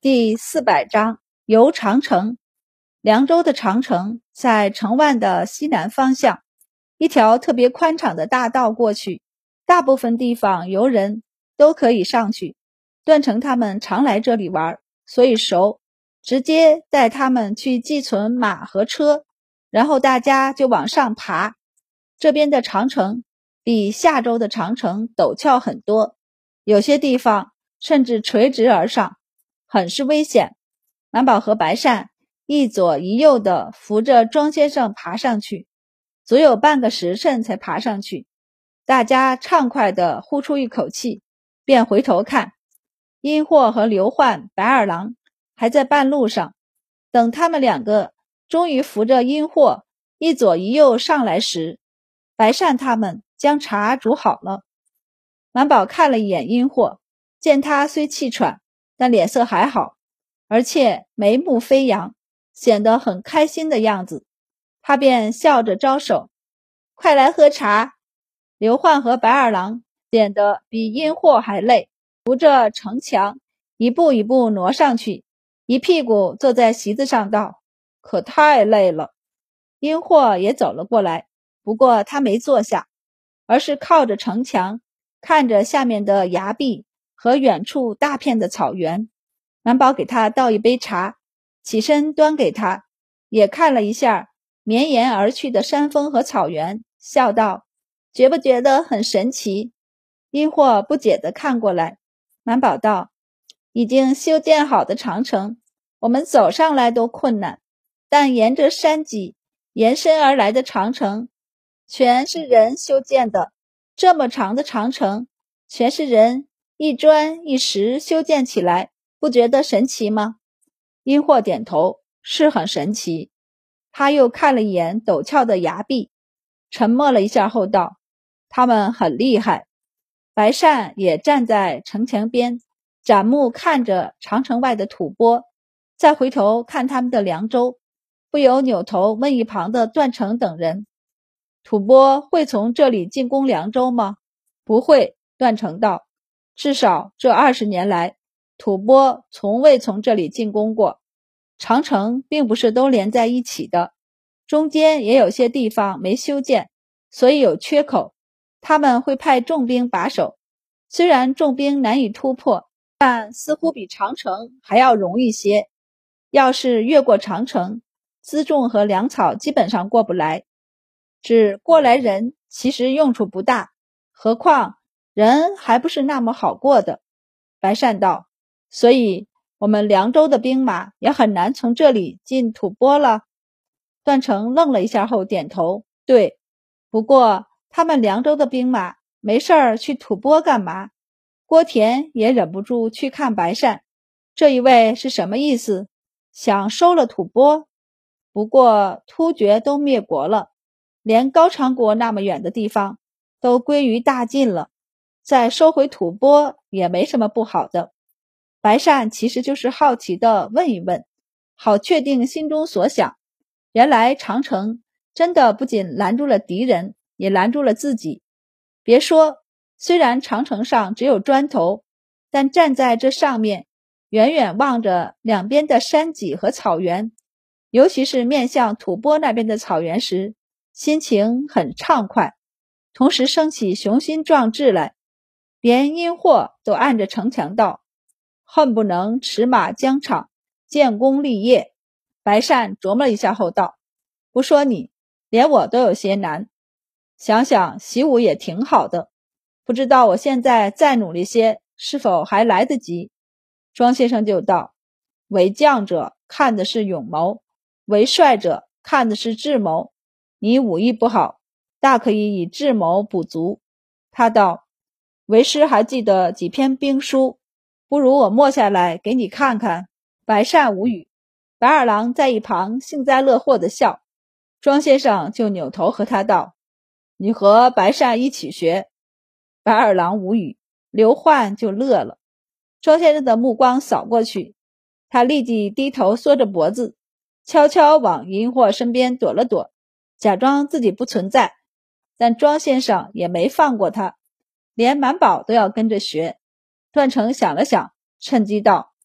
第400章游长城。凉州的长城在城外的西南方向，一条特别宽敞的大道过去，大部分地方游人都可以上去。段成他们常来这里玩，所以熟，直接带他们去寄存马和车，然后大家就往上爬。这边的长城比下州的长城陡峭很多，有些地方甚至垂直而上，很是危险。满宝和白善一左一右地扶着庄先生爬上去，足有半个时辰才爬上去。大家畅快地呼出一口气，便回头看，殷霍和刘焕、白二郎还在半路上。等他们两个终于扶着殷霍一左一右上来时，白善他们将茶煮好了。满宝看了一眼殷霍，见他虽气喘，但脸色还好，而且眉目飞扬，显得很开心的样子。他便笑着招手，快来喝茶。刘焕和白二郎显得比殷霍还累，扶着城墙一步一步挪上去，一屁股坐在席子上道，可太累了。殷霍也走了过来，不过他没坐下，而是靠着城墙，看着下面的崖壁和远处大片的草原。满宝给他倒一杯茶，起身端给他，也看了一下绵延而去的山峰和草原，笑道，觉不觉得很神奇？殷霍不解地看过来。满宝道，已经修建好的长城，我们走上来都困难，但沿着山脊延伸而来的长城全是人修建的，这么长的长城全是人一砖一石修建起来，不觉得神奇吗？殷霍点头，是很神奇。他又看了一眼陡峭的崖壁，沉默了一下后道，他们很厉害。白善也站在城墙边，展目看着长城外的吐蕃，再回头看他们的凉州，不由扭头问一旁的段成等人，吐蕃会从这里进攻凉州吗？不会，段成道，至少这20年来，吐蕃从未从这里进攻过。长城并不是都连在一起的，中间也有些地方没修建，所以有缺口，他们会派重兵把守。虽然重兵难以突破，但似乎比长城还要容易些。要是越过长城，辎重和粮草基本上过不来，只过来人其实用处不大，何况人还不是那么好过的。白善道，所以我们凉州的兵马也很难从这里进吐蕃了。段成愣了一下后点头，对，不过他们凉州的兵马没事儿去吐蕃干嘛？郭田也忍不住去看白善，这一位是什么意思？想收了吐蕃？不过突厥都灭国了，连高昌国那么远的地方都归于大晋了，再收回吐蕃也没什么不好的。白善其实就是好奇地问一问，好确定心中所想。原来长城真的不仅拦住了敌人，也拦住了自己。别说，虽然长城上只有砖头，但站在这上面，远远望着两边的山脊和草原，尤其是面向吐蕃那边的草原时，心情很畅快，同时升起雄心壮志来。连殷霍都按着城墙道，恨不能驰马疆场，建功立业。白善琢磨了一下后道，不说你，连我都有些难。想想习武也挺好的，不知道我现在再努力些，是否还来得及？庄先生就道，为将者看的是勇谋，为帅者看的是智谋，你武艺不好，大可以以智谋补足。他道，为师还记得几篇兵书，不如我默下来给你看看。白善无语，白二郎在一旁幸灾乐祸地笑。庄先生就扭头和他道，你和白善一起学。白二郎无语，刘焕就乐了。庄先生的目光扫过去，他立即低头缩着脖子，悄悄往殷霍身边躲了躲，假装自己不存在。但庄先生也没放过他，连满宝都要跟着学。段成想了想，趁机道，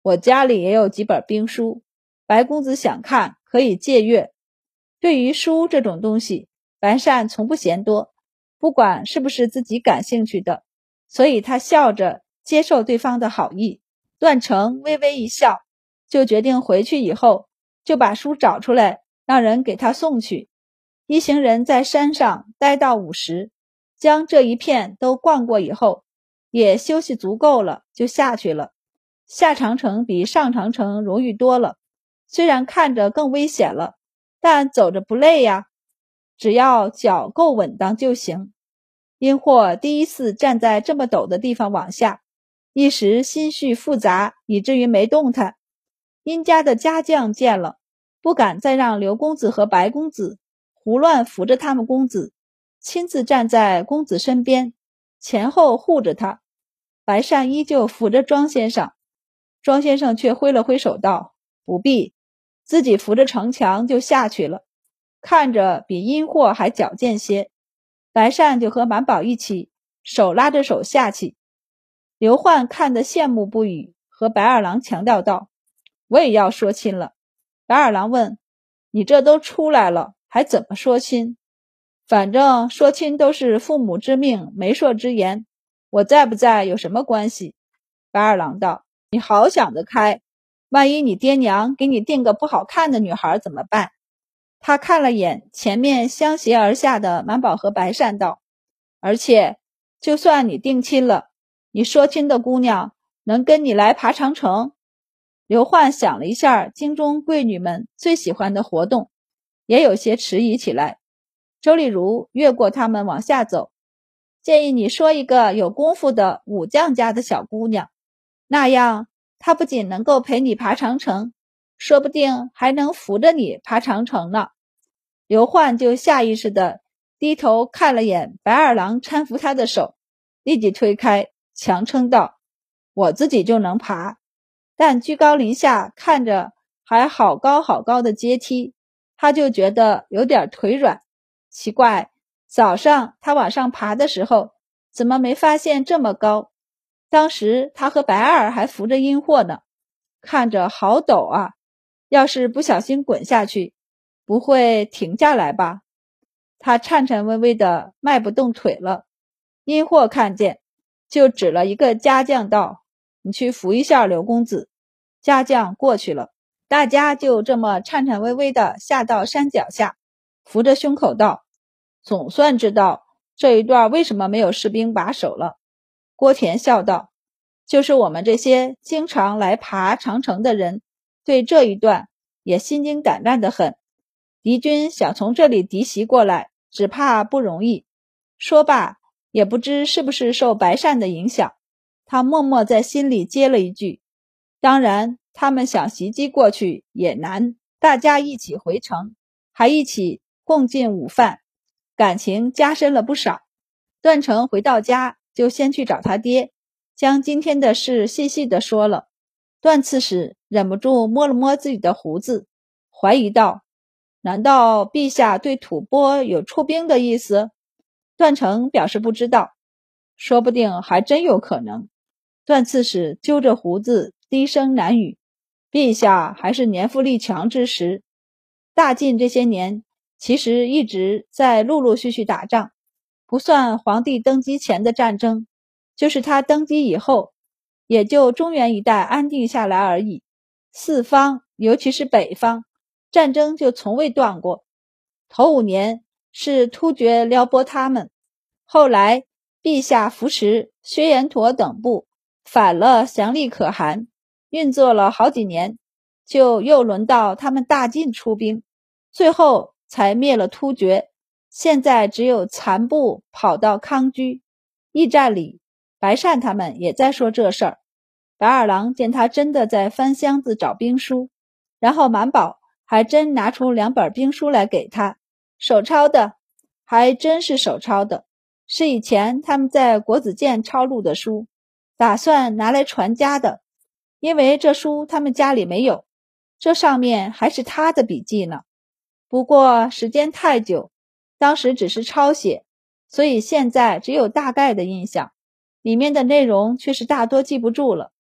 我家里也有几本兵书，白公子想看可以借阅。对于书这种东西，白善从不嫌多，不管是不是自己感兴趣的，所以他笑着接受对方的好意。段成微微一笑，就决定回去以后就把书找出来，让人给他送去。一行人在山上待到午时，将这一片都逛过以后，也休息足够了，就下去了。下长城比上长城容易多了，虽然看着更危险了，但走着不累呀，只要脚够稳当就行。因祸第一次站在这么陡的地方往下，一时心绪复杂，以至于没动弹。殷家的家将见了，不敢再让刘公子和白公子胡乱扶着他们公子，亲自站在公子身边，前后护着他。白善依旧扶着庄先生，庄先生却挥了挥手道：“不必。”自己扶着城墙就下去了，看着比殷祸还矫健些。白善就和满宝一起手拉着手下去。刘焕看得羡慕不已，和白二郎强调道：“我也要说亲了。”白二郎问：“你这都出来了，还怎么说亲？”“反正说亲都是父母之命，媒妁之言，我在不在有什么关系？”白二郎道：“你好想得开，万一你爹娘给你定个不好看的女孩怎么办？”他看了眼前面相携而下的满宝和白善道：“而且就算你定亲了，你说亲的姑娘能跟你来爬长城？”刘焕想了一下京中贵女们最喜欢的活动，也有些迟疑起来。周丽如越过他们往下走，建议你说一个有功夫的武将家的小姑娘，那样她不仅能够陪你爬长城，说不定还能扶着你爬长城呢。刘焕就下意识地低头看了眼白二郎搀扶他的手，立即推开，强撑道：“我自己就能爬。”但居高临下看着还好高好高的阶梯，他就觉得有点腿软。奇怪，早上他往上爬的时候怎么没发现这么高？当时他和白二还扶着阴祸呢，看着好陡啊，要是不小心滚下去，不会停下来吧？他颤颤巍巍的迈不动腿了。阴祸看见，就指了一个家将道：“你去扶一下刘公子。”家将过去了，大家就这么颤颤巍巍的下到山脚下，扶着胸口道：“总算知道这一段为什么没有士兵把守了。”郭田笑道：“就是我们这些经常来爬长城的人，对这一段也心惊胆战得很。敌军想从这里敌袭过来，只怕不容易。”说罢，也不知是不是受白善的影响，他默默在心里接了一句：“当然，他们想袭击过去也难。”大家一起回城，还一起共进午饭，感情加深了不少。段成回到家就先去找他爹，将今天的事细细地说了。段刺史忍不住摸了摸自己的胡子，怀疑道：“难道陛下对吐蕃有出兵的意思？”段成表示不知道，说不定还真有可能。段刺史揪着胡子低声喃语：“陛下还是年富力强之时，大晋这些年其实一直在陆陆续续打仗，不算皇帝登基前的战争，就是他登基以后，也就中原一带安定下来而已。四方，尤其是北方，战争就从未断过。头5年是突厥撩拨他们，后来陛下扶持薛延陀等部反了降力可汗，运作了好几年，就又轮到他们大晋出兵，最后才灭了突厥。现在只有残部跑到康居。驿站里，白善他们也在说这事儿。白二郎见他真的在翻箱子找兵书，然后满宝还真拿出2本兵书来给他，手抄的，还真是手抄的，是以前他们在国子监抄录的书，打算拿来传家的。因为这书他们家里没有，这上面还是他的笔记呢。不过时间太久，当时只是抄写，所以现在只有大概的印象，里面的内容却是大多记不住了。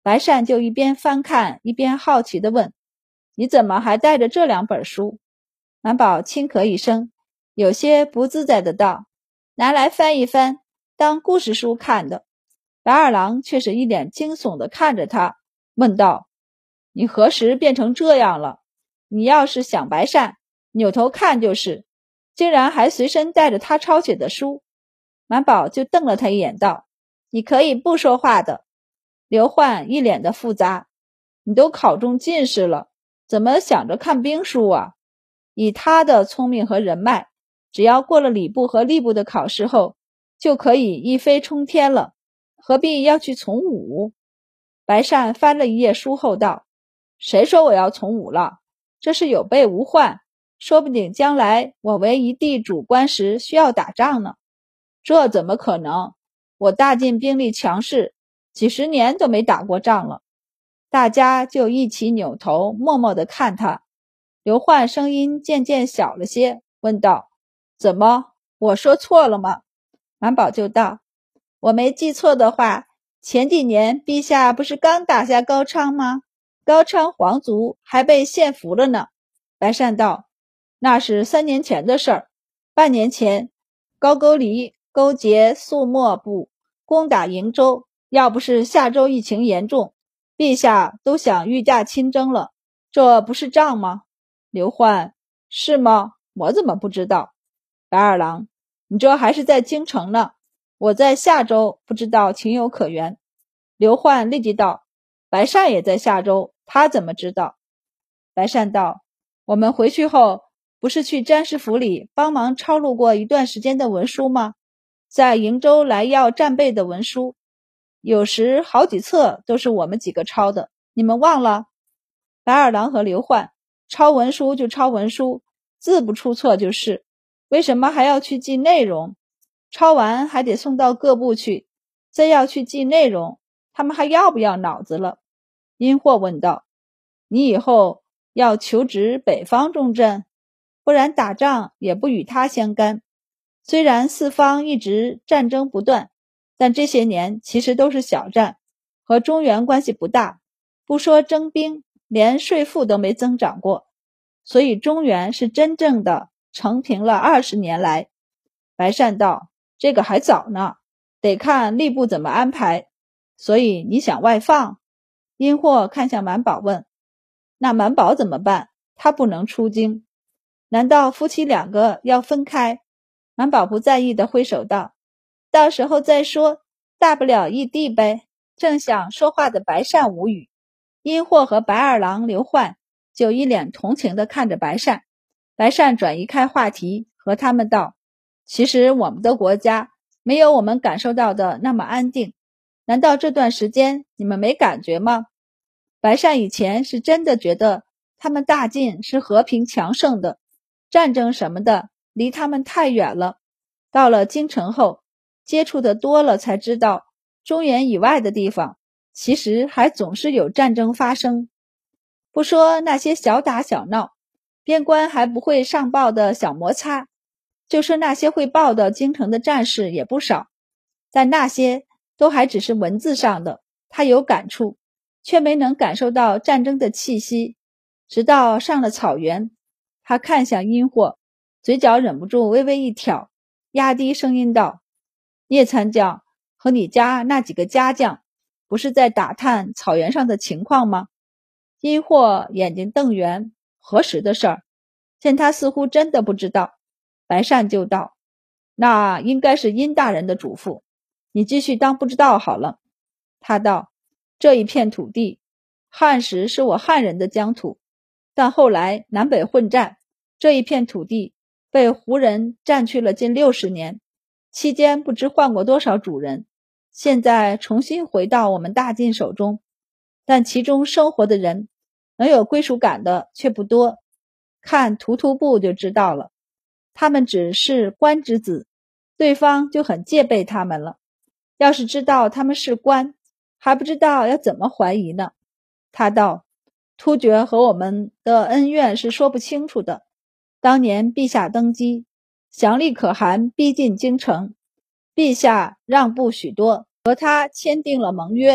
白善就一边翻看一边好奇地问：你怎么还带着这2本书？满宝轻咳一声，有些不自在地道：拿来翻一翻，当故事书看的。白二郎却是一脸惊悚地看着他，问道：你何时变成这样了？你要是想白善，扭头看就是，竟然还随身带着他抄写的书。满宝就瞪了他一眼道：你可以不说话的。刘焕一脸的复杂：你都考中进士了，怎么想着看兵书啊？以他的聪明和人脉，只要过了礼部和吏部的考试后，就可以一飞冲天了，何必要去从武？白善翻了一页书后道：谁说我要从武了？这是有备无患，说不定将来我为一地主官时需要打仗呢。这怎么可能？我大晋兵力强势，几十年都没打过仗了。大家就一起扭头默默地看他。刘焕声音渐渐小了些，问道：怎么，我说错了吗？满宝就道：我没记错的话，前几年陛下不是刚打下高昌吗？高昌皇族还被献俘了呢。白善道：那是3年前的事儿。半年前，高句丽勾结肃默部攻打瀛州，要不是下州疫情严重，陛下都想御驾亲征了，这不是仗吗？刘焕：是吗？我怎么不知道？白二郎：你这还是在京城呢，我在下州，不知道情有可原。刘焕立即道：白善也在下州，他怎么知道？白善道：我们回去后不是去詹师府里帮忙抄录过一段时间的文书吗？在瀛州来要战备的文书，有时好几册都是我们几个抄的，你们忘了？白二郎和刘焕：抄文书就抄文书，字不出错就是，为什么还要去记内容？抄完还得送到各部去，再要去记内容，他们还要不要脑子了？殷霍问道：你以后要求职北方重镇，不然打仗也不与他相干。虽然四方一直战争不断，但这些年其实都是小战，和中原关系不大，不说征兵，连税赋都没增长过，所以中原是真正的承平了20年来。白善道：这个还早呢，得看吏部怎么安排。所以你想外放？殷霍看向满宝问：那满宝怎么办？他不能出京，难道夫妻2个要分开？满宝不在意地挥手道：到时候再说，大不了异地呗。正想说话的白善无语，殷霍和白二郎刘焕就一脸同情地看着白善。白善转移开话题，和他们道：其实我们的国家没有我们感受到的那么安定，难道这段时间你们没感觉吗？白善以前是真的觉得他们大晋是和平强盛的，战争什么的离他们太远了。到了京城后，接触的多了，才知道中原以外的地方其实还总是有战争发生。不说那些小打小闹，边关还不会上报的小摩擦，就说那些会报的京城的战事也不少，但那些都还只是文字上的，他有感触，却没能感受到战争的气息。直到上了草原，他看向殷霍，嘴角忍不住微微一挑，压低声音道：聂参将和你家那几个家将不是在打探草原上的情况吗？殷霍眼睛瞪圆：何时的事儿？见他似乎真的不知道，白善就道：那应该是殷大人的嘱咐，你继续当不知道好了。他道：这一片土地汉时是我汉人的疆土，但后来南北混战，这一片土地被胡人占去了近60年，期间不知换过多少主人，现在重新回到我们大晋手中，但其中生活的人能有归属感的却不多，看图图部就知道了。他们只是官之子，对方就很戒备他们了，要是知道他们是官，还不知道要怎么怀疑呢。他道：突厥和我们的恩怨是说不清楚的，当年陛下登基，降力可汗逼近京城，陛下让步许多，和他签订了盟约，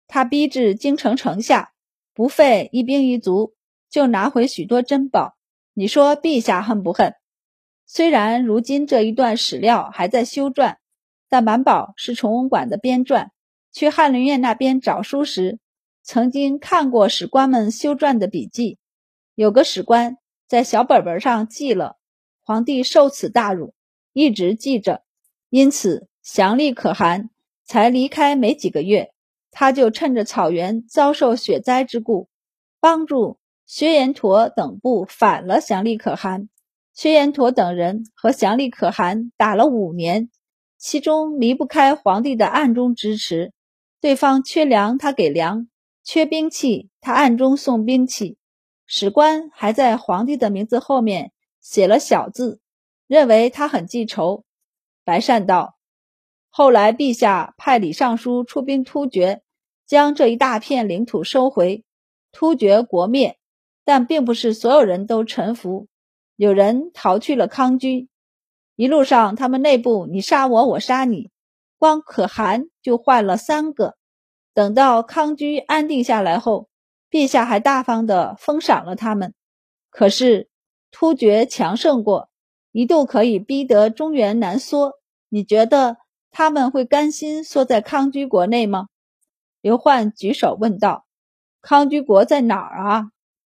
他逼至京城城下，不费一兵一卒，就拿回许多珍宝。你说陛下恨不恨？虽然如今这一段史料还在修撰，但满宝是崇文馆的编撰，去翰林院那边找书时，曾经看过史官们修撰的笔记。有个史官在小本本上记了，皇帝受此大辱，一直记着，因此祥历可汗才离开没几个月，他就趁着草原遭受雪灾之故，帮助薛延陀等部反了祥历可汗。薛延陀等人和祥历可汗打了5年，其中离不开皇帝的暗中支持，对方缺粮他给粮，缺兵器他暗中送兵器。史官还在皇帝的名字后面写了小字，认为他很记仇。白善道：后来陛下派李尚书出兵突厥，将这一大片领土收回，突厥国灭，但并不是所有人都臣服，有人逃去了康居。一路上他们内部你杀我，我杀你，光可汗就换了3个。等到康居安定下来后，陛下还大方地封赏了他们。可是突厥强盛过，一度可以逼得中原南缩，你觉得他们会甘心缩在康居国内吗？刘焕举手问道：康居国在哪儿啊？